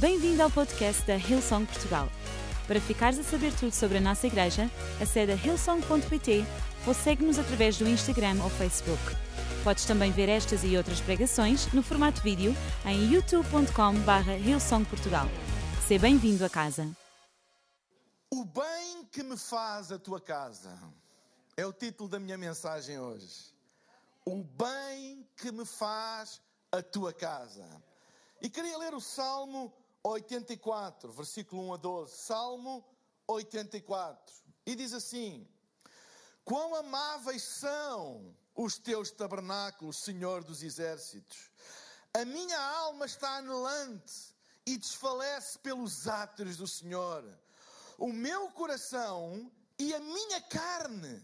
Bem-vindo ao podcast da Hillsong Portugal. Para ficares a saber tudo sobre a nossa igreja, acede a hillsong.pt ou segue-nos através do Instagram ou Facebook. Podes também ver estas e outras pregações no formato vídeo em youtube.com/hillsongportugal. Seja bem-vindo a casa. O bem que me faz a tua casa é o título da minha mensagem hoje. O bem que me faz a tua casa. E queria ler o Salmo 84, versículo 1 a 12. Salmo 84. E diz assim: Quão amáveis são os teus tabernáculos, Senhor dos exércitos. A minha alma está anelante e desfalece pelos átrios do Senhor. O meu coração e a minha carne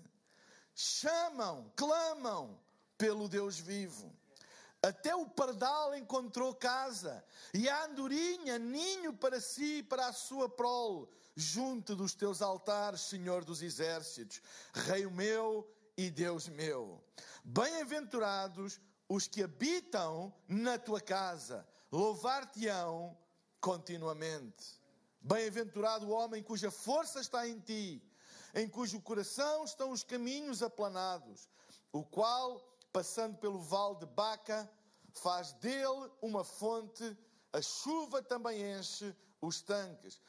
clamam pelo Deus vivo. Até o pardal encontrou casa, e a andorinha ninho para si e para a sua prole, junto dos teus altares, Senhor dos exércitos, Rei meu e Deus meu. Bem-aventurados os que habitam na tua casa, louvar-te-ão continuamente. Bem-aventurado o homem cuja força está em ti, em cujo coração estão os caminhos aplanados, o qual, passando pelo vale de Baca, faz dele uma fonte, a chuva também enche os tanques.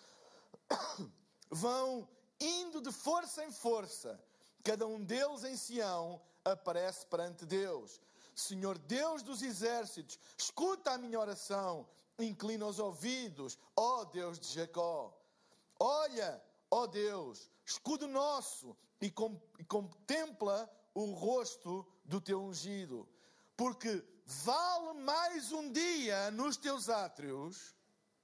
Vão indo de força em força, cada um deles em Sião aparece perante Deus. Senhor Deus dos exércitos, escuta a minha oração, inclina os ouvidos, ó Deus de Jacó. Olha, ó Deus, escudo nosso, e contempla o rosto do teu ungido, porque vale mais um dia nos teus átrios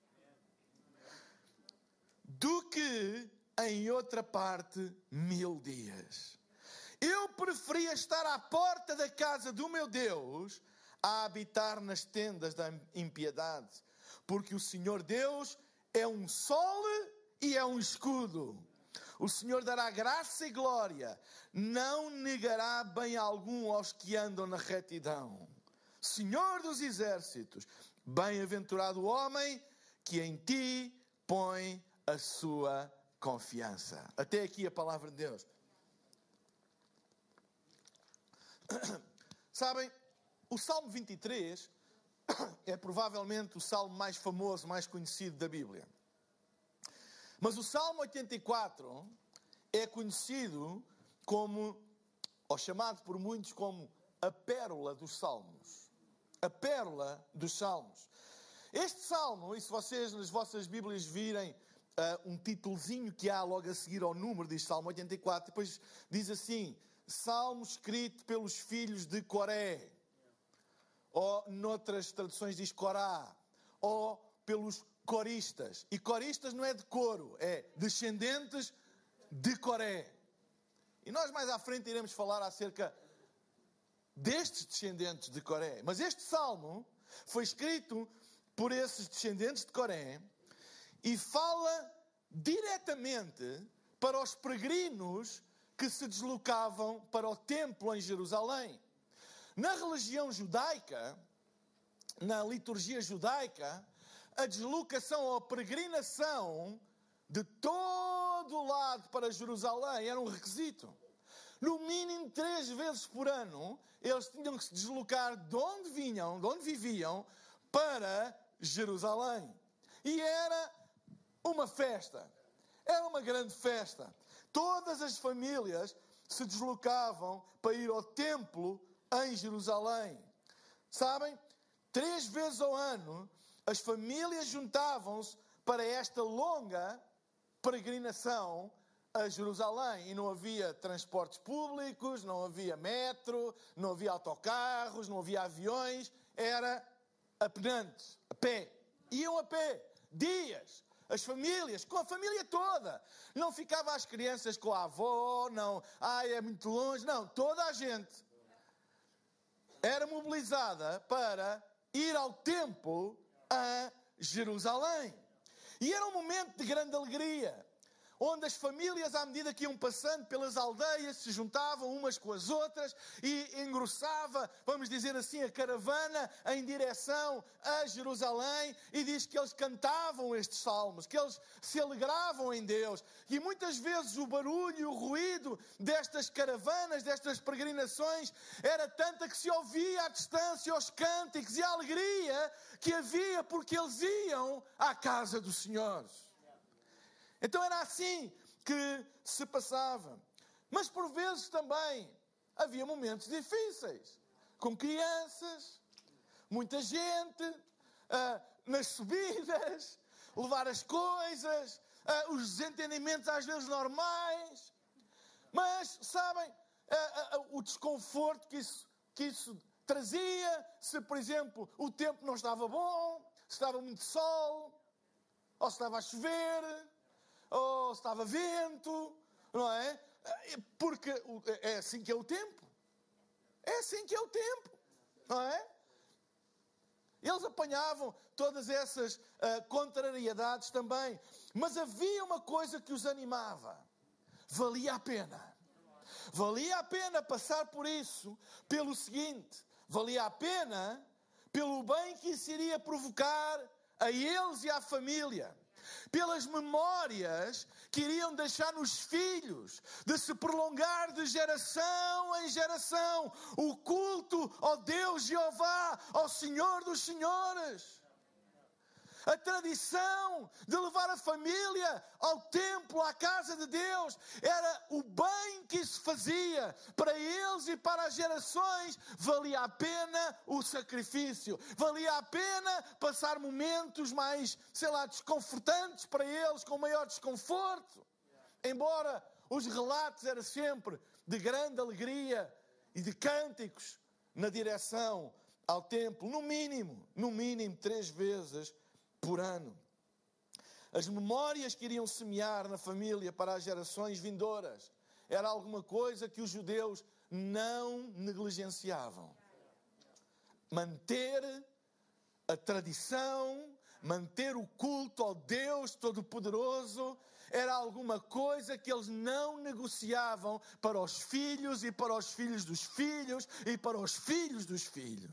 do que em outra parte 1000 dias. Eu preferia estar à porta da casa do meu Deus a habitar nas tendas da impiedade, porque o Senhor Deus é um sol e é um escudo. O Senhor dará graça e glória, não negará bem algum aos que andam na retidão. Senhor dos exércitos, bem-aventurado o homem que em ti põe a sua confiança. Até aqui a palavra de Deus. Sabem, o Salmo 23 é provavelmente o salmo mais famoso, mais conhecido da Bíblia. Mas o Salmo 84 é conhecido como, ou chamado por muitos como, a pérola dos Salmos. A pérola dos Salmos. Este Salmo, e se vocês nas vossas Bíblias virem um titulozinho que há logo a seguir ao número, diz Salmo 84, depois diz assim: Salmo escrito pelos filhos de Coré. Ou noutras traduções diz Corá. Ou pelos coristas. E coristas não é de coro, é descendentes de Coré. E nós mais à frente iremos falar acerca destes descendentes de Coré. Mas este salmo foi escrito por esses descendentes de Coré e fala diretamente para os peregrinos que se deslocavam para o templo em Jerusalém. Na religião judaica, na liturgia judaica, a deslocação ou a peregrinação de todo o lado para Jerusalém era um requisito. No mínimo 3 vezes por ano, eles tinham que se deslocar de onde vinham, de onde viviam, para Jerusalém. E era uma festa. Era uma grande festa. Todas as famílias se deslocavam para ir ao templo em Jerusalém. Sabem? 3 vezes ao ano, as famílias juntavam-se para esta longa peregrinação a Jerusalém. E não havia transportes públicos, não havia metro, não havia autocarros, não havia aviões. Era a penantes, a pé. Iam a pé, dias. As famílias, com a família toda. Não ficava as crianças com a avó, não. Ai, é muito longe. Não, toda a gente era mobilizada para ir ao templo a Jerusalém. E era um momento de grande alegria. onde as famílias, à medida que iam passando pelas aldeias, se juntavam umas com as outras e engrossava, vamos dizer assim, a caravana em direção a Jerusalém, e diz que eles cantavam estes salmos, que eles se alegravam em Deus. E muitas vezes o barulho e o ruído destas caravanas, destas peregrinações, era tanta que se ouvia à distância os cânticos e a alegria que havia, porque eles iam à casa do Senhor. Então era assim que se passava. Mas por vezes também havia momentos difíceis, com crianças, muita gente, nas subidas, levar as coisas, os desentendimentos às vezes normais. Mas, sabem, o desconforto que isso trazia, se por exemplo o tempo não estava bom, se estava muito sol, ou se estava a chover, ou se estava vento, não é? Porque é assim que é o tempo. É assim que é o tempo, não é? Eles apanhavam todas essas contrariedades também. Mas havia uma coisa que os animava. Valia a pena. Valia a pena passar por isso, pelo seguinte: valia a pena pelo bem que isso iria provocar a eles e à família, pelas memórias que iriam deixar nos filhos, de se prolongar de geração em geração o culto ao Deus Jeová, ao Senhor dos Senhores. A tradição de levar a família ao templo, à casa de Deus, era o bem que isso fazia para eles e para as gerações. Valia a pena o sacrifício, valia a pena passar momentos mais, desconfortantes para eles, com maior desconforto. Embora os relatos eram sempre de grande alegria e de cânticos na direção ao templo, no mínimo 3 vezes por ano. As memórias que iriam semear na família para as gerações vindouras era alguma coisa que os judeus não negligenciavam. Manter a tradição, manter o culto ao Deus Todo-Poderoso era alguma coisa que eles não negociavam para os filhos e para os filhos dos filhos e para os filhos dos filhos.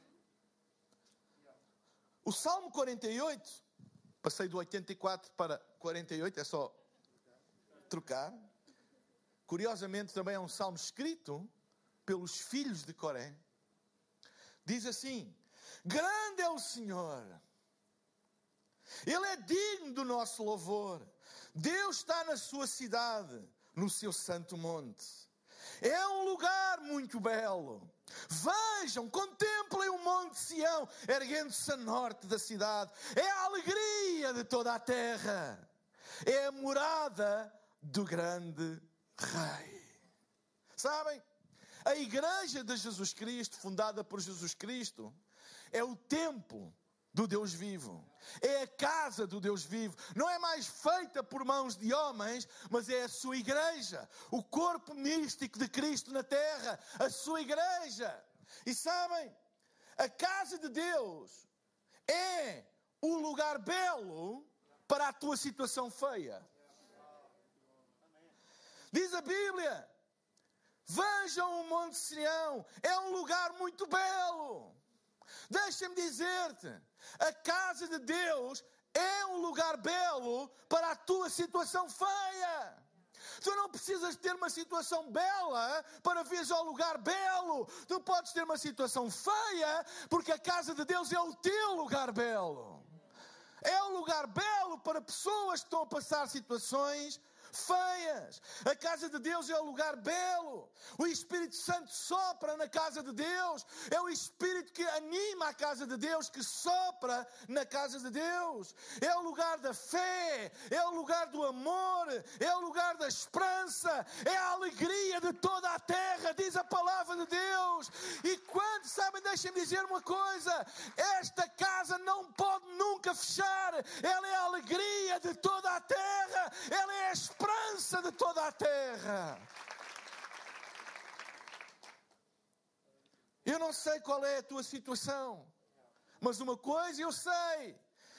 O Salmo 48, passei do 84 para 48, é só trocar. Curiosamente também é um salmo escrito pelos filhos de Coré. Diz assim: grande é o Senhor, Ele é digno do nosso louvor. Deus está na sua cidade, no seu santo monte. É um lugar muito belo. Vejam, contemplem o monte Sião, erguendo-se a norte da cidade. É a alegria de toda a terra. É a morada do grande Rei. Sabem, a igreja de Jesus Cristo, fundada por Jesus Cristo, é o templo do Deus vivo. É a casa do Deus vivo. Não é mais feita por mãos de homens, mas é a sua igreja. O corpo místico de Cristo na terra. A sua igreja. E sabem, a casa de Deus é o lugar belo para a tua situação feia. Diz a Bíblia: vejam o Monte Sião. É um lugar muito belo. Deixa-me dizer-te, a casa de Deus é um lugar belo para a tua situação feia. Tu não precisas ter uma situação bela para veres ao lugar belo. Tu podes ter uma situação feia, porque a casa de Deus é o teu lugar belo. É um lugar belo para pessoas que estão a passar situações feias. A casa de Deus é um lugar belo. O Espírito Santo sopra na casa de Deus. É o Espírito que anima a casa de Deus, que sopra na casa de Deus. É o lugar da fé, é o lugar do amor, é o lugar da esperança, é a alegria de toda a terra, diz a palavra de Deus. E quando, sabem, deixem-me dizer uma coisa: esta casa não pode nunca fechar. Ela é a alegria de toda a terra, ela é a esperança de toda a terra. Eu não sei qual é a tua situação, mas uma coisa eu sei, é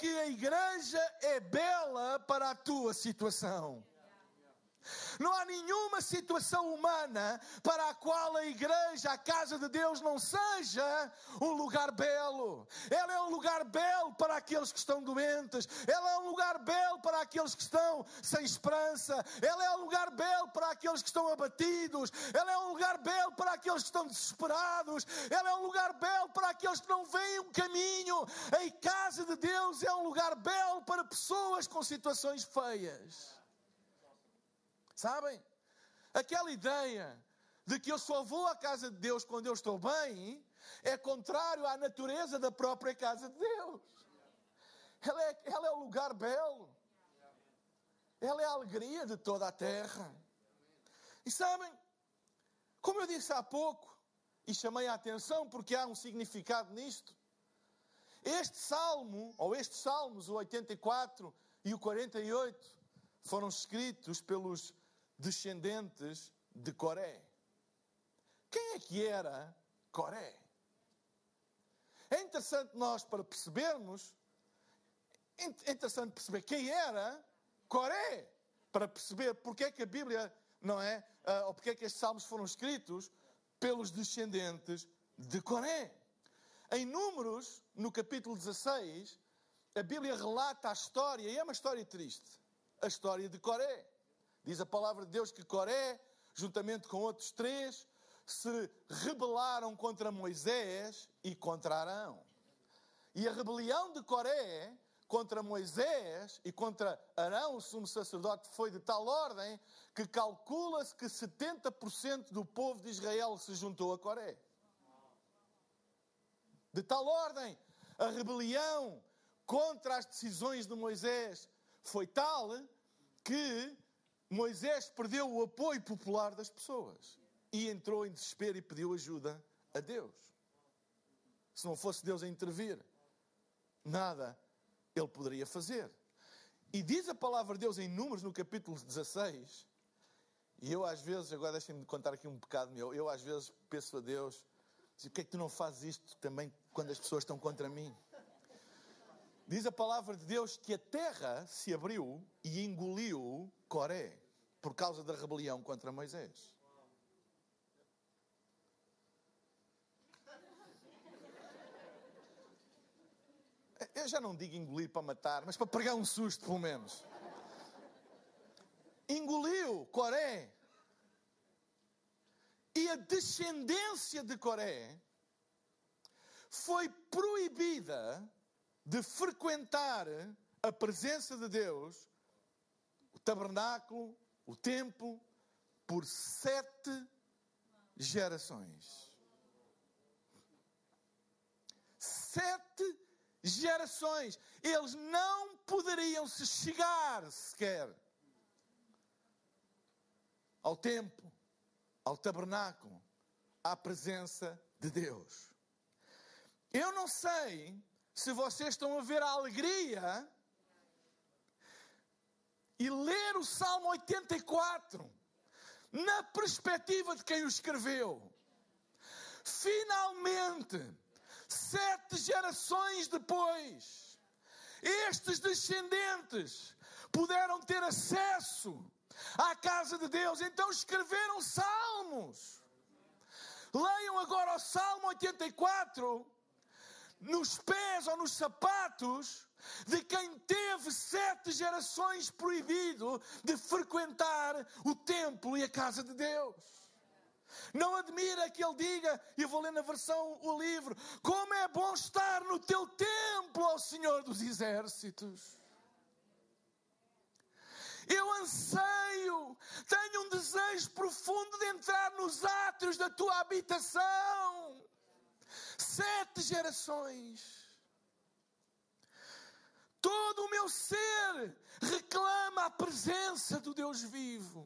que a igreja é bela para a tua situação. Não há nenhuma situação humana para a qual a igreja, a casa de Deus, não seja um lugar belo. Ela é um lugar belo para aqueles que estão doentes. Ela é um lugar belo para aqueles que estão sem esperança. Ela é um lugar belo para aqueles que estão abatidos. Ela é um lugar belo para aqueles que estão desesperados. Ela é um lugar belo para aqueles que não veem um caminho. A casa de Deus é um lugar belo para pessoas com situações feias. Sabem? Aquela ideia de que eu só vou à casa de Deus quando eu estou bem é contrário à natureza da própria casa de Deus. Ela é o lugar belo. Ela é a alegria de toda a terra. E sabem, como eu disse há pouco, e chamei a atenção porque há um significado nisto, este salmo, ou estes salmos, o 84 e o 48, foram escritos pelos descendentes de Coré. Quem é que era Coré? É interessante nós, para percebermos, é interessante perceber quem era Coré, para perceber porque é que a Bíblia, não é, ou porque é que estes salmos foram escritos pelos descendentes de Coré. Em Números, no capítulo 16, a Bíblia relata a história, e é uma história triste, a história de Coré. Diz a palavra de Deus que Coré, juntamente com outros 3, se rebelaram contra Moisés e contra Arão. E a rebelião de Coré contra Moisés e contra Arão, o sumo sacerdote, foi de tal ordem que calcula-se que 70% do povo de Israel se juntou a Coré. De tal ordem, a rebelião contra as decisões de Moisés foi tal que Moisés perdeu o apoio popular das pessoas e entrou em desespero e pediu ajuda a Deus. Se não fosse Deus a intervir, nada ele poderia fazer. E diz a palavra de Deus em Números, no capítulo 16, e eu às vezes, agora deixem-me contar aqui um pecado meu, eu às vezes peço a Deus, digo, por que é que tu não fazes isto também quando as pessoas estão contra mim? Diz a palavra de Deus que a terra se abriu e engoliu Coré, por causa da rebelião contra Moisés. Eu já não digo engolir para matar, mas para pregar um susto, pelo menos. Engoliu Coré. E a descendência de Coré foi proibida de frequentar a presença de Deus, o tabernáculo, o templo, por 7 gerações. 7 gerações. Eles não poderiam se chegar sequer ao templo, ao tabernáculo, à presença de Deus. Eu não sei se vocês estão a ver a alegria e ler o Salmo 84 na perspectiva de quem o escreveu. Finalmente, 7 gerações depois, estes descendentes puderam ter acesso à casa de Deus, então escreveram salmos. Leiam agora o Salmo 84 nos pés ou nos sapatos de quem teve 7 gerações proibido de frequentar o templo e a casa de Deus. Não admira que ele diga, e eu vou ler na versão o livro, como é bom estar no teu templo, ó Senhor dos Exércitos. Eu anseio, tenho um desejo profundo de entrar nos átrios da tua habitação. 7 gerações. Todo o meu ser reclama a presença do Deus vivo.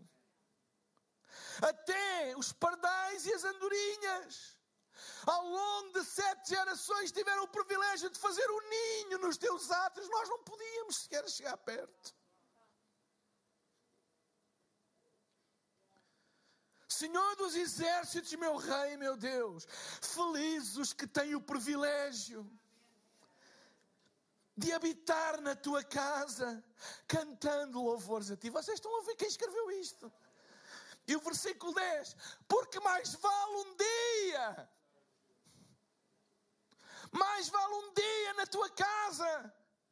Até os pardais e as andorinhas, ao longo de 7 gerações, tiveram o privilégio de fazer um ninho nos teus átrios. Nós não podíamos sequer chegar perto. Senhor dos Exércitos, meu Rei, meu Deus, felizes os que têm o privilégio de habitar na tua casa, cantando louvores a ti. Vocês estão a ver quem escreveu isto? E o versículo 10, porque mais vale um dia na tua casa,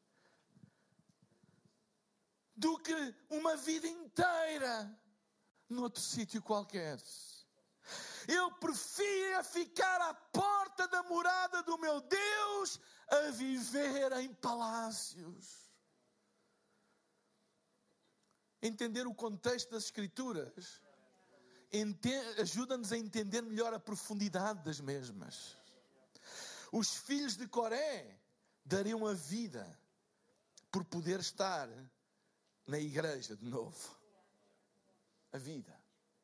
do que uma vida inteira noutro sítio qualquer. Eu prefiro ficar à porta da morada do meu Deus a viver em palácios. Entender o contexto das Escrituras ajuda-nos a entender melhor a profundidade das mesmas. Os filhos de Coré dariam a vida por poder estar na igreja de novo. A vida.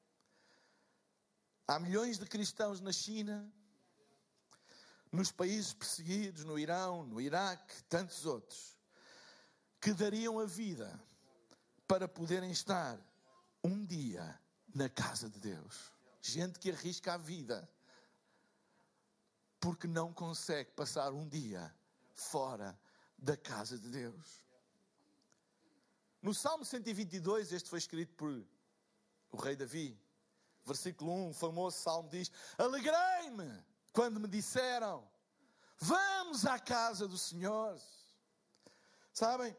Há milhões de cristãos na China, nos países perseguidos, no Irão, no Iraque, tantos outros, que dariam a vida para poderem estar um dia na casa de Deus. Gente que arrisca a vida porque não consegue passar um dia fora da casa de Deus. No Salmo 122, este foi escrito por o rei Davi. Versículo 1, o famoso salmo diz: alegrei-me quando me disseram, vamos à casa do Senhor. Sabem,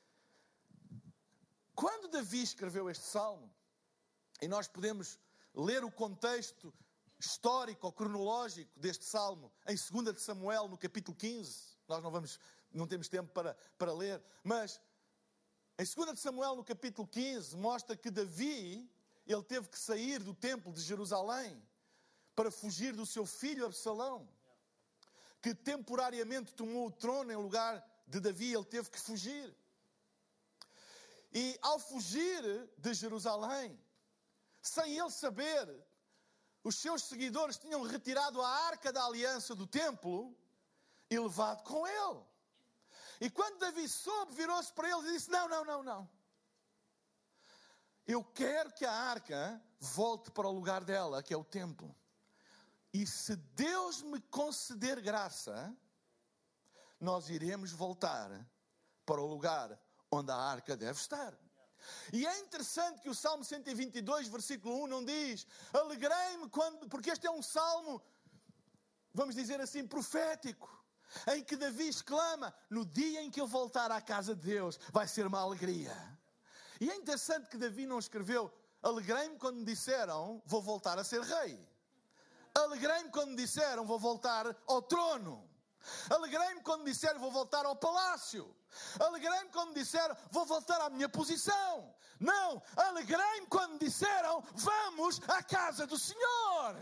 quando Davi escreveu este salmo, e nós podemos ler o contexto histórico ou cronológico deste salmo em 2 de Samuel, no capítulo 15, nós não temos tempo para ler, mas em 2 de Samuel, no capítulo 15, mostra que Davi, ele teve que sair do templo de Jerusalém para fugir do seu filho Absalão, que temporariamente tomou o trono em lugar de Davi. Ele teve que fugir. E ao fugir de Jerusalém, sem ele saber, os seus seguidores tinham retirado a arca da aliança do templo e levado com ele. E quando Davi soube, virou-se para eles e disse: não. Eu quero que a arca volte para o lugar dela, que é o templo. E se Deus me conceder graça, nós iremos voltar para o lugar onde a arca deve estar. E é interessante que o Salmo 122, versículo 1, não diz: alegrei-me quando... Porque este é um salmo, vamos dizer assim, profético, em que Davi exclama: no dia em que eu voltar à casa de Deus, vai ser uma alegria. E é interessante que Davi não escreveu: alegrei-me quando me disseram, vou voltar a ser rei. Alegrei-me quando me disseram, vou voltar ao trono. Alegrei-me quando me disseram, vou voltar ao palácio. Alegrei-me quando me disseram, vou voltar à minha posição. Não, alegrei-me quando me disseram, vamos à casa do Senhor.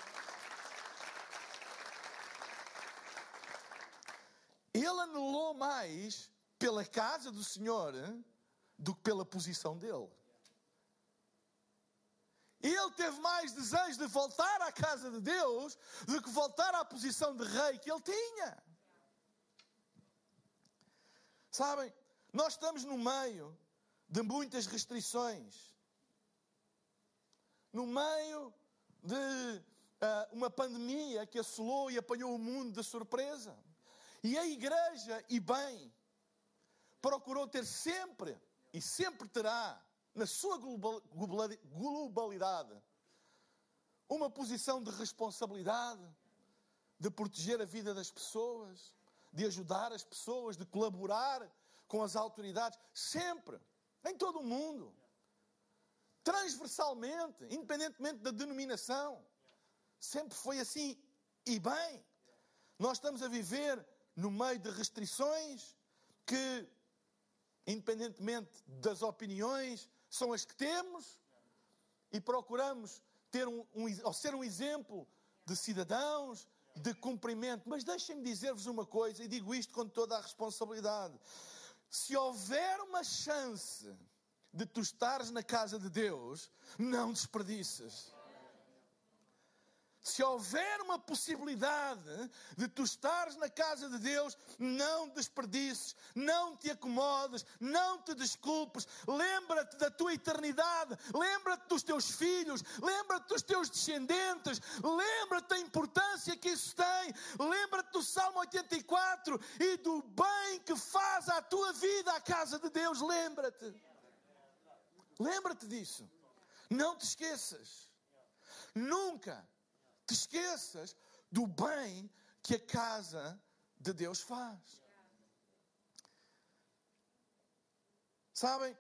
Ele anelou mais pela casa do Senhor do que pela posição dele. Ele teve mais desejo de voltar à casa de Deus do que voltar à posição de rei que ele tinha. Sabem, nós estamos no meio de muitas restrições. No meio de uma pandemia que assolou e apanhou o mundo de surpresa. E a igreja, e bem, procurou ter sempre, e sempre terá, na sua globalidade, uma posição de responsabilidade, de proteger a vida das pessoas, de ajudar as pessoas, de colaborar com as autoridades, sempre, em todo o mundo, transversalmente, independentemente da denominação. Sempre foi assim, e bem, nós estamos a viver no meio de restrições que, independentemente das opiniões, são as que temos, e procuramos ter ser um exemplo de cidadãos, de cumprimento. Mas deixem-me dizer-vos uma coisa, e digo isto com toda a responsabilidade: se houver uma chance de tu estares na casa de Deus, não desperdices. Se houver uma possibilidade de tu estares na casa de Deus, não desperdices, não te acomodes, não te desculpes. Lembra-te da tua eternidade, lembra-te dos teus filhos, lembra-te dos teus descendentes, lembra-te da importância que isso tem. Lembra-te do Salmo 84 e do bem que faz à tua vida a casa de Deus. Lembra-te disso. Não te esqueças. Nunca te esqueças do bem que a casa de Deus faz. Sabem,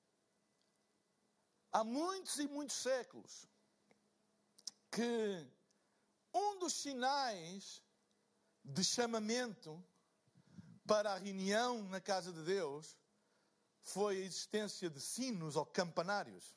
há muitos e muitos séculos que um dos sinais de chamamento para a reunião na casa de Deus foi a existência de sinos ou campanários.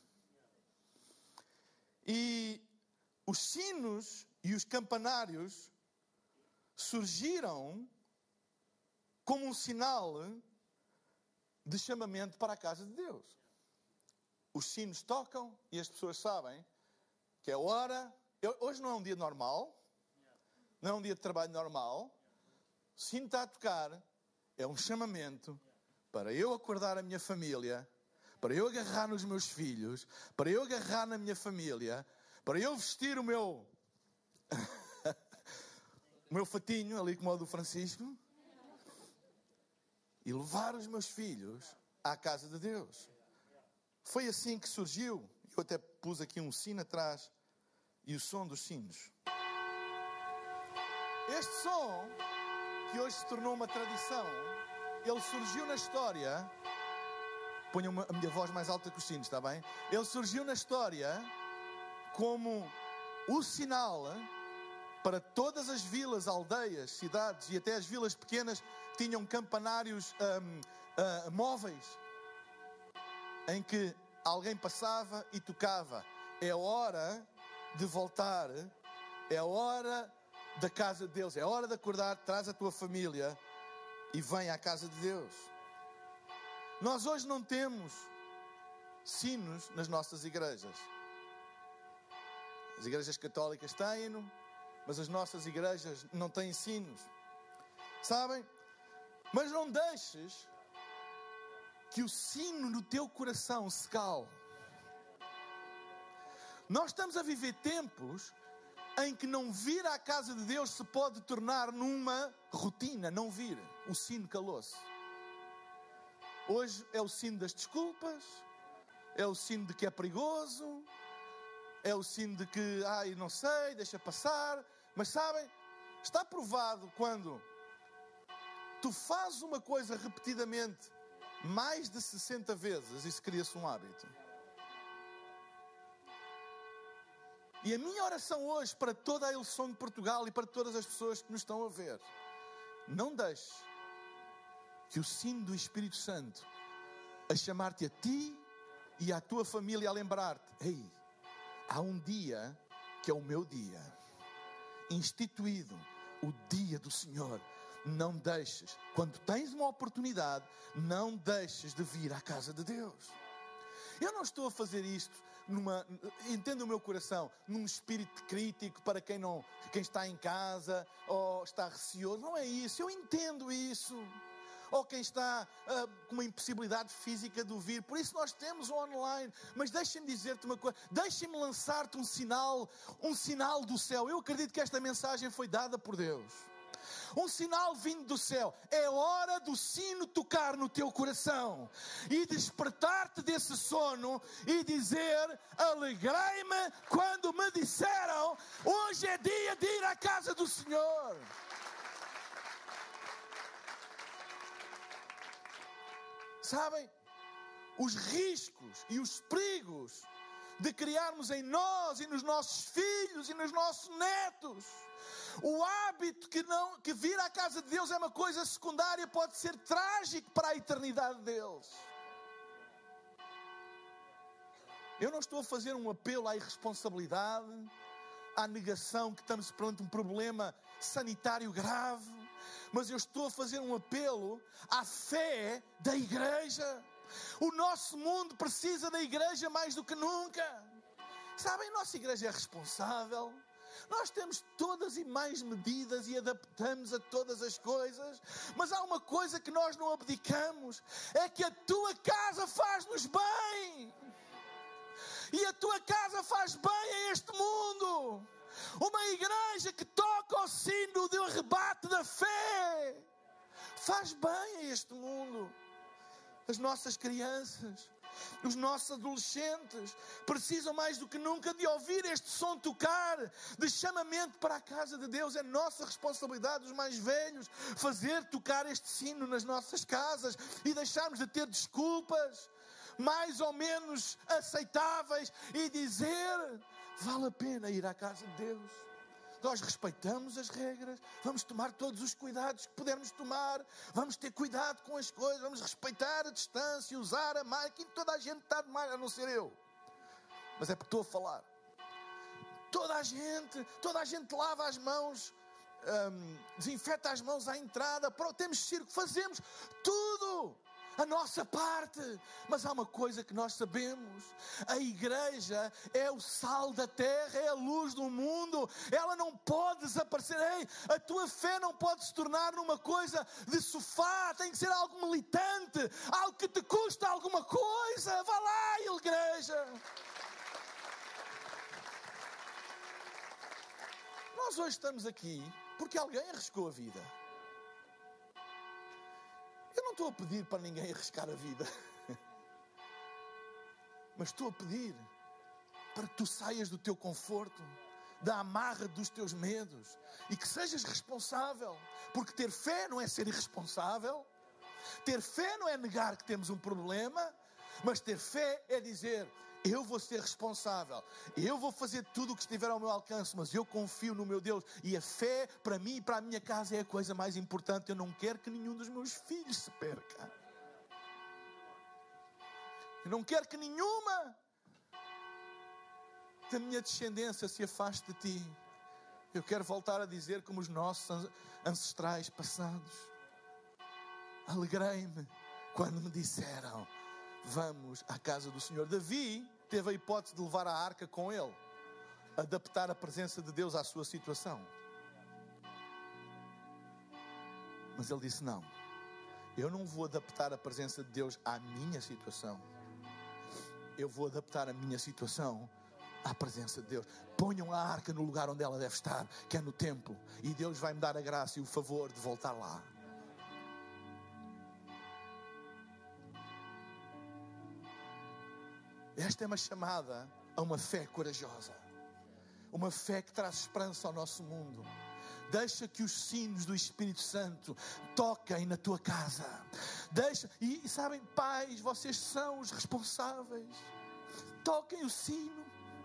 E os sinos e os campanários surgiram como um sinal de chamamento para a casa de Deus. Os sinos tocam e as pessoas sabem que é hora. Hoje não é um dia normal, não é um dia de trabalho normal. O sino está a tocar, é um chamamento para eu acordar a minha família, para eu agarrar nos meus filhos, para eu agarrar na minha família, para eu vestir o meu o meu fatinho, ali como o do Francisco, e levar os meus filhos à casa de Deus. Foi assim que surgiu. Eu até pus aqui um sino atrás e o som dos sinos. Este som, que hoje se tornou uma tradição, ele surgiu na história. Ponham a minha voz mais alta que os sinos, está bem? Ele surgiu na história como o sinal para todas as vilas, aldeias, cidades e até as vilas pequenas tinham campanários móveis em que alguém passava e tocava. É hora de voltar, é hora da casa de Deus, é hora de acordar, traz a tua família e vem à casa de Deus. Nós hoje não temos sinos nas nossas igrejas. As igrejas católicas têm-no, mas as nossas igrejas não têm sinos. Sabem? Mas não deixes que o sino no teu coração se cale. Nós estamos a viver tempos em que não vir à casa de Deus se pode tornar numa rotina. Não vir. O sino calou-se. Hoje é o sino das desculpas, é o sino de que é perigoso, é o sino de que, não sei, deixa passar. Mas sabem, está provado quando tu fazes uma coisa repetidamente mais de 60 vezes, isso cria-se um hábito. E a minha oração hoje para toda a Hillsong de Portugal e para todas as pessoas que nos estão a ver, não deixes que o sino do Espírito Santo a chamar-te a ti e à tua família, a lembrar-te: ei, há um dia que é o meu dia, instituído, o dia do Senhor. Não deixes, quando tens uma oportunidade, não deixes de vir à casa de Deus. Eu não estou a fazer isto entenda o meu coração, num espírito crítico para quem está em casa ou está receoso. Não é isso, eu entendo isso. Ou quem está com uma impossibilidade física de ouvir. Por isso nós temos o online. Mas deixa-me dizer-te uma coisa. Deixa-me lançar-te um sinal do céu. Eu acredito que esta mensagem foi dada por Deus. Um sinal vindo do céu. É hora do sino tocar no teu coração e despertar-te desse sono e dizer: alegrei-me quando me disseram, hoje é dia de ir à casa do Senhor. Sabem, os riscos e os perigos de criarmos em nós e nos nossos filhos e nos nossos netos o hábito que vir à casa de Deus é uma coisa secundária, pode ser trágico para a eternidade deles. Eu não estou a fazer um apelo à irresponsabilidade, à negação que estamos perante um problema sanitário grave, mas eu estou a fazer um apelo à fé da igreja. O nosso mundo precisa da igreja mais do que nunca. Sabem, a nossa igreja é responsável, Nós temos todas e mais medidas e adaptamos a todas as coisas, mas há uma coisa que nós não abdicamos, é que a tua casa faz-nos bem. E a tua casa faz bem a este mundo. Uma igreja que toca o sino do arrebate da fé faz bem a este mundo. As nossas crianças, os nossos adolescentes precisam mais do que nunca de ouvir este som tocar, de chamamento para a casa de Deus. É nossa responsabilidade, os mais velhos, fazer tocar este sino nas nossas casas e deixarmos de ter desculpas mais ou menos aceitáveis e dizer: vale a pena ir à casa de Deus. Nós respeitamos as regras, vamos tomar todos os cuidados que pudermos tomar, vamos ter cuidado com as coisas, vamos respeitar a distância, usar a máscara. Toda a gente está de máscara, a não ser eu. Mas é porque estou a falar. Toda a gente lava as mãos, desinfeta as mãos à entrada, temos circo, fazemos tudo. A nossa parte, mas há uma coisa que nós sabemos: a igreja é o sal da terra, é a luz do mundo, ela não pode desaparecer. Ei, a tua fé não pode se tornar numa coisa de sofá, tem que ser algo militante, algo que te custa alguma coisa. Vá lá, igreja. Nós hoje estamos aqui porque alguém arriscou a vida. Eu não estou a pedir para ninguém arriscar a vida, mas estou a pedir para que tu saias do teu conforto, da amarra dos teus medos, e que sejas responsável. Porque ter fé não é ser irresponsável, ter fé não é negar que temos um problema, mas ter fé é dizer: eu vou ser responsável, eu vou fazer tudo o que estiver ao meu alcance, mas eu confio no meu Deus. E a fé, para mim e para a minha casa, é a coisa mais importante. Eu não quero que nenhum dos meus filhos se perca. Eu não quero que nenhuma da minha descendência se afaste de ti. Eu quero voltar a dizer como os nossos ancestrais passados: alegrei-me quando me disseram: vamos à casa do Senhor. Davi teve a hipótese de levar a arca com ele, adaptar a presença de Deus à sua situação. Mas ele disse: não, eu não vou adaptar a presença de Deus à minha situação. Eu vou adaptar a minha situação à presença de Deus. Ponham a arca no lugar onde ela deve estar, que é no templo, e Deus vai me dar a graça e o favor de voltar lá. Esta é uma chamada a uma fé corajosa. Uma fé que traz esperança ao nosso mundo. Deixa que os sinos do Espírito Santo toquem na tua casa. E sabem, pais, vocês são os responsáveis. Toquem o sino.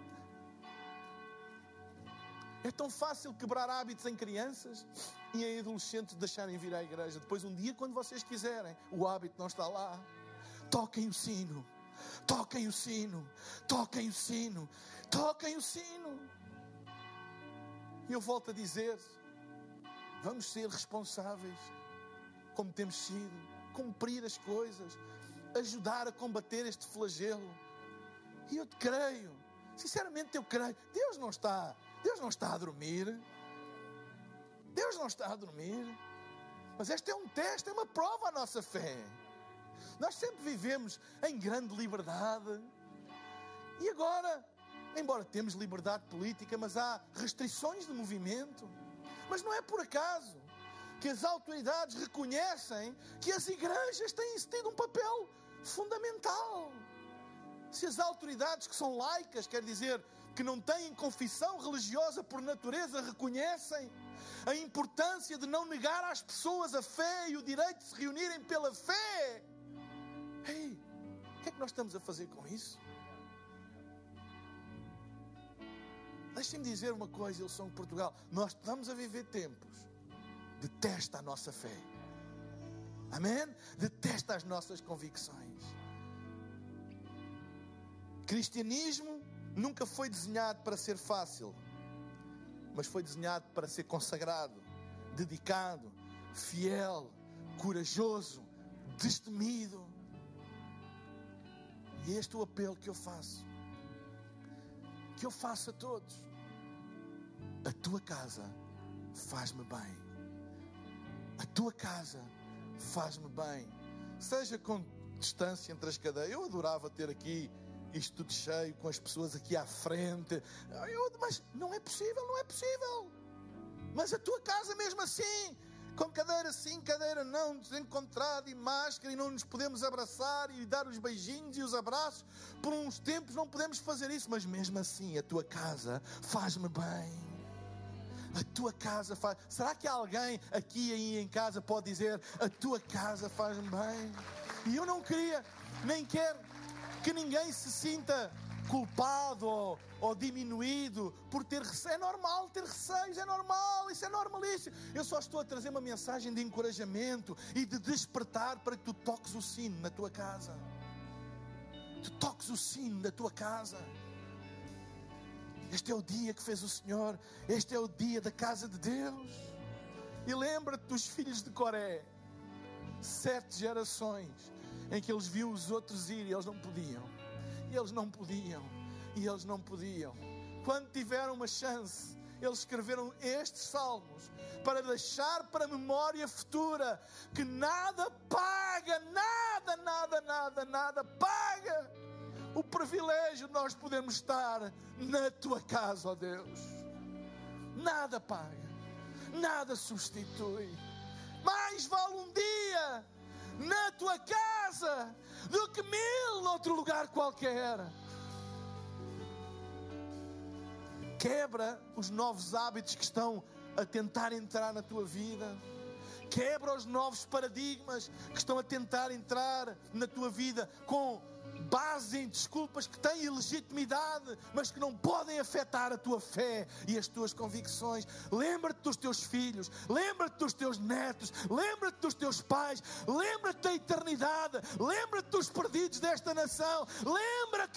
É tão fácil quebrar hábitos em crianças e em adolescentes deixarem vir à igreja. Depois, um dia, quando vocês quiserem, o hábito não está lá. Toquem o sino. Toquem o sino, toquem o sino, toquem o sino. E eu volto a dizer: vamos ser responsáveis, como temos sido, cumprir as coisas, ajudar a combater este flagelo. E eu creio, sinceramente eu creio, Deus não está a dormir. Deus não está a dormir. Mas este é um teste, é uma prova à nossa fé. Nós sempre vivemos em grande liberdade. E agora, embora temos liberdade política, mas há restrições de movimento. Mas não é por acaso que as autoridades reconhecem que as igrejas têm tido um papel fundamental. Se as autoridades que são laicas, quer dizer, que não têm confissão religiosa por natureza, reconhecem a importância de não negar às pessoas a fé e o direito de se reunirem pela fé. Ei, o que é que nós estamos a fazer com isso? Deixem-me dizer uma coisa, Hillsong Portugal. Nós estamos a viver tempos de teste à nossa fé. Amém? De teste às nossas convicções. Cristianismo nunca foi desenhado para ser fácil, mas foi desenhado para ser consagrado, dedicado, fiel, corajoso, destemido. E este é o apelo que eu faço. Que eu faço a todos. a tua casa faz-me bem. A tua casa faz-me bem. Seja com distância entre as cadeiras. Eu adorava ter aqui isto tudo cheio, com as pessoas aqui à frente. Mas não é possível, não é possível. Mas a tua casa mesmo assim, com cadeira sim, cadeira não, desencontrado e máscara, e não nos podemos abraçar e dar os beijinhos e os abraços. Por uns tempos não podemos fazer isso, mas mesmo assim a tua casa faz-me bem. A tua casa faz... Será que alguém aqui aí em casa pode dizer: a tua casa faz-me bem? E eu não queria, nem quero que ninguém se sinta culpado ou diminuído por ter receio. É normal ter receios, é normal, isso é normalíssimo. Eu só estou a trazer uma mensagem de encorajamento e de despertar para que tu toques o sino na tua casa. Tu toques o sino da tua casa. Este é o dia que fez o Senhor. Este é o dia da casa de Deus. E lembra-te dos filhos de Coré. 7 gerações em que eles viam os outros ir e eles não podiam. E eles não podiam. E eles não podiam. Quando tiveram uma chance, eles escreveram estes salmos para deixar para a memória futura que nada paga, nada paga o privilégio de nós podermos estar na tua casa, ó Deus. Nada paga, nada substitui. Mais vale um dia na tua casa do que 1000 noutro lugar qualquer. Quebra os novos hábitos que estão a tentar entrar na tua vida. Quebra os novos paradigmas que estão a tentar entrar na tua vida com base em desculpas que têm legitimidade, mas que não podem afetar a tua fé e as tuas convicções. Lembra-te dos teus filhos, lembra-te dos teus netos, lembra-te dos teus pais, lembra-te da eternidade, lembra-te dos perdidos desta nação. Lembra-te.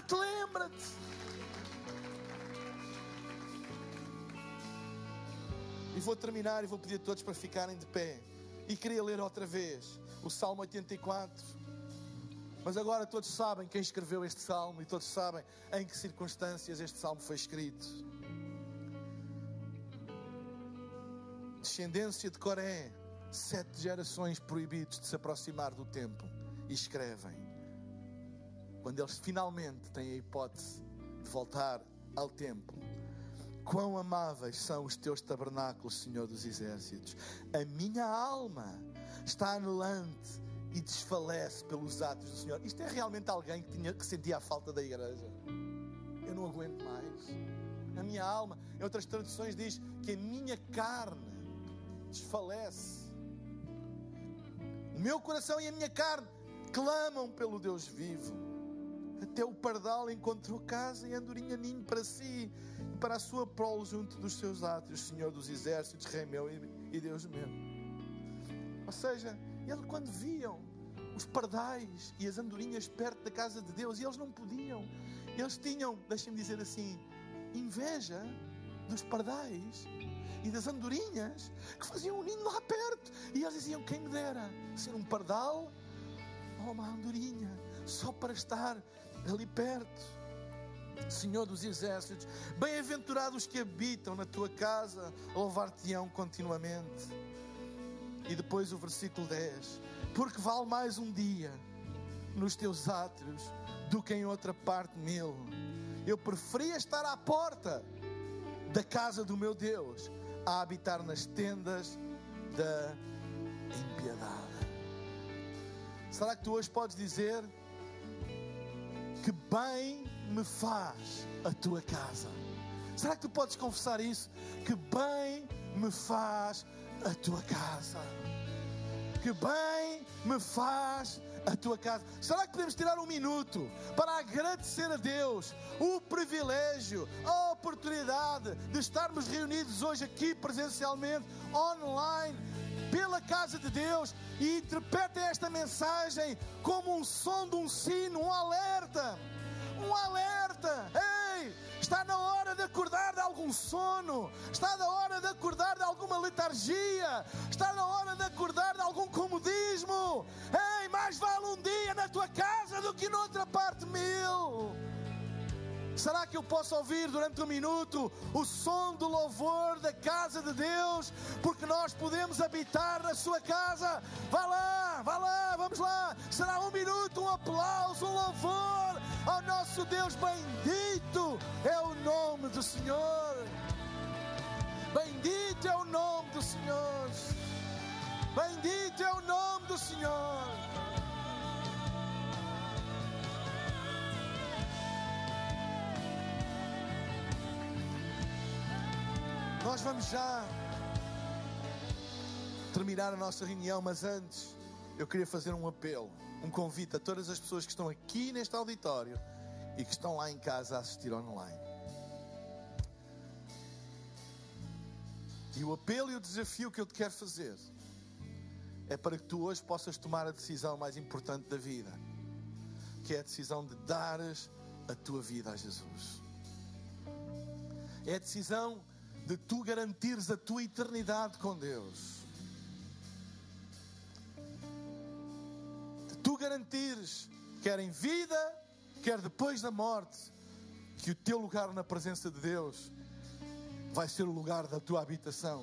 E vou terminar e vou pedir a todos para ficarem de pé. E queria ler outra vez o Salmo 84. Mas agora todos sabem quem escreveu este salmo e todos sabem em que circunstâncias este salmo foi escrito. Descendência de Coré, 7 gerações proibidos de se aproximar do templo. E escrevem, quando eles finalmente têm a hipótese de voltar ao templo: quão amáveis são os teus tabernáculos, Senhor dos Exércitos. A minha alma está anelante e desfalece pelos atos do Senhor. Isto é realmente alguém que sentia a falta da igreja. Eu não aguento mais. A minha alma, em outras traduções diz que a minha carne desfalece. O meu coração e a minha carne clamam pelo Deus vivo. Até o pardal encontrou casa e a andorinha ninho para si e para a sua prole junto dos seus átrios, Senhor dos Exércitos, Rei meu e Deus meu. Ou seja, eles quando viam os pardais e as andorinhas perto da casa de Deus, e eles não podiam, eles tinham, deixem-me dizer assim, inveja dos pardais e das andorinhas que faziam um ninho lá perto, e eles diziam: quem me dera ser um pardal ou uma andorinha só para estar ali perto. Senhor dos Exércitos, bem-aventurados que habitam na tua casa, louvar-te-ão continuamente. E depois o versículo 10: porque vale mais um dia nos teus átrios do que em outra parte 1000. Eu preferia estar à porta da casa do meu Deus a habitar nas tendas da impiedade. Será que tu hoje podes dizer que bem me faz a tua casa? Será que tu podes confessar isso? Que bem me faz a tua casa. Que bem me faz a tua casa. Será que podemos tirar um minuto para agradecer a Deus o privilégio, a oportunidade de estarmos reunidos hoje aqui presencialmente, online, pela casa de Deus, e interpretem esta mensagem como um som de um sino, um alerta. Um alerta. Ei, está na hora de acordar de algum sono. Está na hora de acordar de alguma letargia. Está na hora de acordar de algum comodismo. Ei, mais vale um dia na tua casa do que noutra parte 1000. Será que eu posso ouvir durante 1 minuto o som do louvor da casa de Deus? Porque nós podemos habitar na sua casa. Vá lá, vamos lá. Será 1 minuto, um aplauso, um louvor ao nosso Deus. Bendito é o nome do Senhor. Bendito é o nome do Senhor. Bendito é o nome do Senhor. Nós vamos já terminar a nossa reunião, mas antes eu queria fazer um apelo, um convite a todas as pessoas que estão aqui neste auditório e que estão lá em casa a assistir online. E o apelo e o desafio que eu te quero fazer é para que tu hoje possas tomar a decisão mais importante da vida, que é a decisão de dares a tua vida a Jesus. É a decisão de tu garantires a tua eternidade com Deus. De tu garantires, quer em vida, quer depois da morte, que o teu lugar na presença de Deus vai ser o lugar da tua habitação.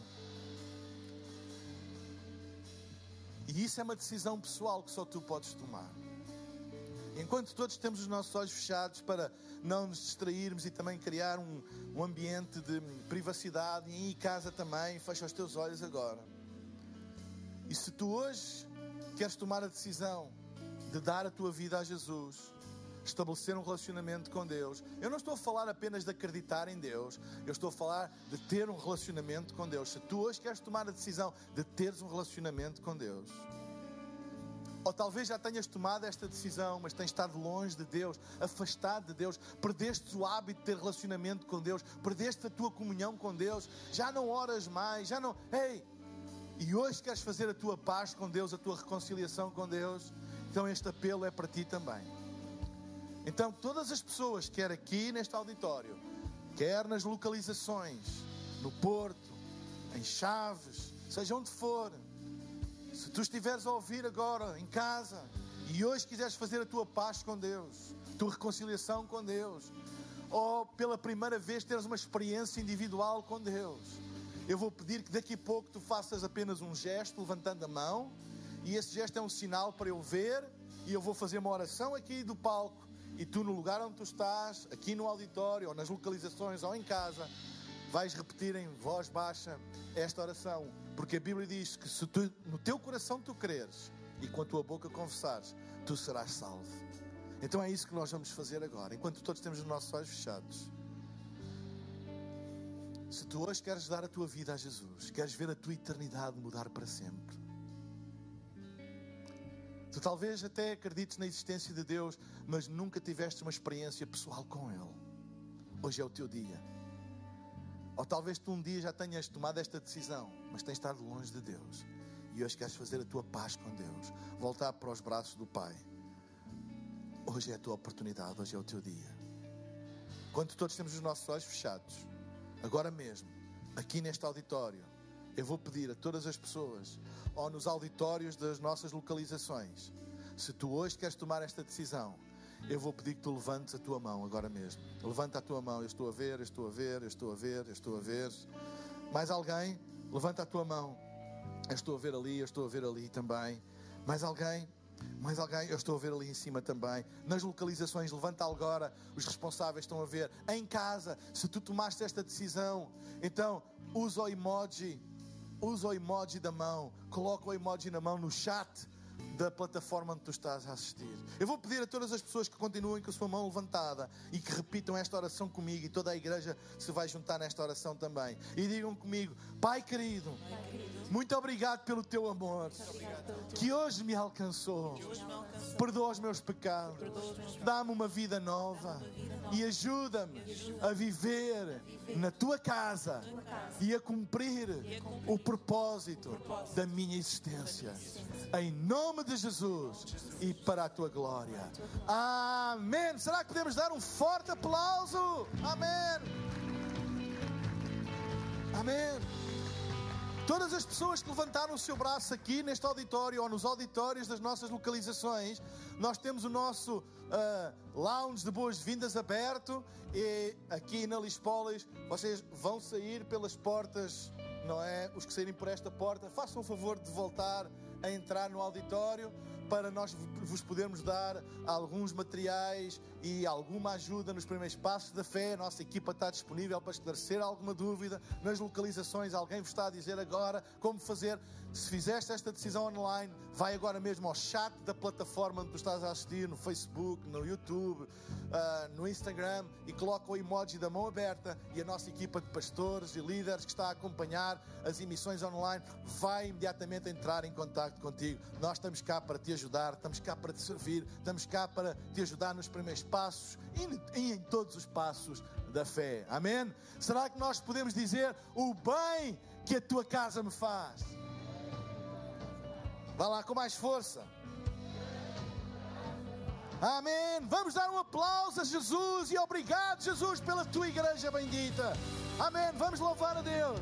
E isso é uma decisão pessoal que só tu podes tomar. Enquanto todos temos os nossos olhos fechados para não nos distrairmos e também criar um ambiente de privacidade, e em casa também, fecha os teus olhos agora. E se tu hoje queres tomar a decisão de dar a tua vida a Jesus, estabelecer um relacionamento com Deus, eu não estou a falar apenas de acreditar em Deus, eu estou a falar de ter um relacionamento com Deus. Se tu hoje queres tomar a decisão de teres um relacionamento com Deus, ou talvez já tenhas tomado esta decisão, mas tens estado longe de Deus, afastado de Deus, perdeste o hábito de ter relacionamento com Deus, perdeste a tua comunhão com Deus, já não oras mais, já não... E hoje queres fazer a tua paz com Deus, a tua reconciliação com Deus, então este apelo é para ti também. Então todas as pessoas, quer aqui neste auditório, quer nas localizações, no Porto, em Chaves, seja onde for, se tu estiveres a ouvir agora em casa e hoje quiseres fazer a tua paz com Deus, a tua reconciliação com Deus, ou pela primeira vez teres uma experiência individual com Deus, eu vou pedir que daqui a pouco tu faças apenas um gesto levantando a mão, e esse gesto é um sinal para eu ver, e eu vou fazer uma oração aqui do palco, e tu no lugar onde tu estás, aqui no auditório, ou nas localizações, ou em casa, vais repetir em voz baixa esta oração. Porque a Bíblia diz que se tu, no teu coração tu creres e com a tua boca confessares, tu serás salvo. Então é isso que nós vamos fazer agora, enquanto todos temos os nossos olhos fechados. Se tu hoje queres dar a tua vida a Jesus, queres ver a tua eternidade mudar para sempre, tu talvez até acredites na existência de Deus, mas nunca tiveste uma experiência pessoal com Ele. Hoje é o teu dia. Ou talvez tu um dia já tenhas tomado esta decisão, mas tens estado longe de Deus, e hoje queres fazer a tua paz com Deus, voltar para os braços do Pai. Hoje é a tua oportunidade, hoje é o teu dia. Quando todos temos os nossos olhos fechados, agora mesmo, aqui neste auditório, eu vou pedir a todas as pessoas, ou nos auditórios das nossas localizações, se tu hoje queres tomar esta decisão, eu vou pedir que tu levantes a tua mão agora mesmo. Levanta a tua mão. Eu estou a ver, eu estou a ver, eu estou a ver, eu estou a ver. Mais alguém? Levanta a tua mão. Eu estou a ver ali, eu estou a ver ali também. Mais alguém? Mais alguém? Eu estou a ver ali em cima também. Nas localizações, levanta agora. Os responsáveis estão a ver. Em casa, se tu tomaste esta decisão, então usa o emoji. Usa o emoji da mão. Coloca o emoji na mão no chat da plataforma onde tu estás a assistir. Eu vou pedir a todas as pessoas que continuem com a sua mão levantada e que repitam esta oração comigo, e toda a igreja se vai juntar nesta oração também. E digam comigo: Pai querido, muito obrigado pelo teu amor que hoje me alcançou. Perdoa os meus pecados, dá-me uma vida nova e ajuda-me a viver na tua casa e a cumprir o propósito da minha existência. Em nome de Jesus e para a tua glória. Amém. Será que podemos dar um forte aplauso? Amém. Amém. Todas as pessoas que levantaram o seu braço aqui neste auditório ou nos auditórios das nossas localizações, nós temos o nosso lounge de boas-vindas aberto e aqui na Lispolis vocês vão sair pelas portas, não é? Os que saírem por esta porta, façam o favor de voltar a entrar no auditório para nós vos podermos dar alguns materiais e alguma ajuda nos primeiros passos da fé. A nossa equipa está disponível para esclarecer alguma dúvida. Nas localizações, alguém vos está a dizer agora como fazer. Se fizeste esta decisão online, vai agora mesmo ao chat da plataforma onde tu estás a assistir, no Facebook, no YouTube, no Instagram, e coloca o emoji da mão aberta, e a nossa equipa de pastores e líderes que está a acompanhar as emissões online vai imediatamente entrar em contacto contigo. Nós estamos cá para te ajudar, estamos cá para te servir, estamos cá para te ajudar nos primeiros passos e em todos os passos da fé. Amém? Será que nós podemos dizer o bem que a tua casa me faz? Vá lá com mais força. Amém. Vamos dar um aplauso a Jesus e obrigado, Jesus, pela tua igreja bendita. Amém. Vamos louvar a Deus.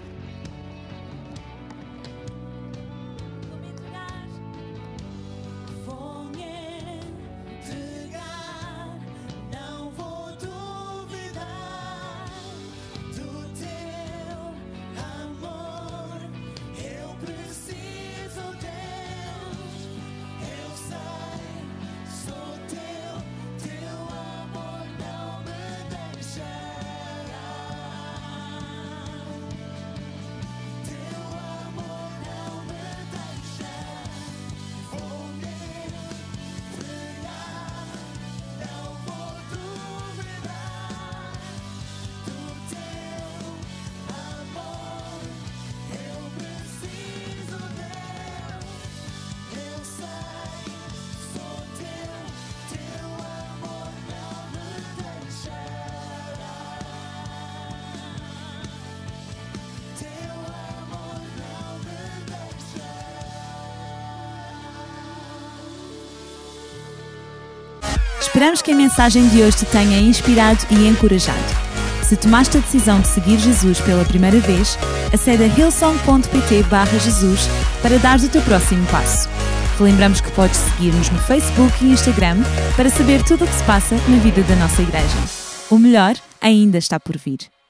Esperamos que a mensagem de hoje te tenha inspirado e encorajado. Se tomaste a decisão de seguir Jesus pela primeira vez, acede a hillsong.pt/Jesus para dar o teu próximo passo. Relembramos que podes seguir-nos no Facebook e Instagram para saber tudo o que se passa na vida da nossa igreja. O melhor ainda está por vir.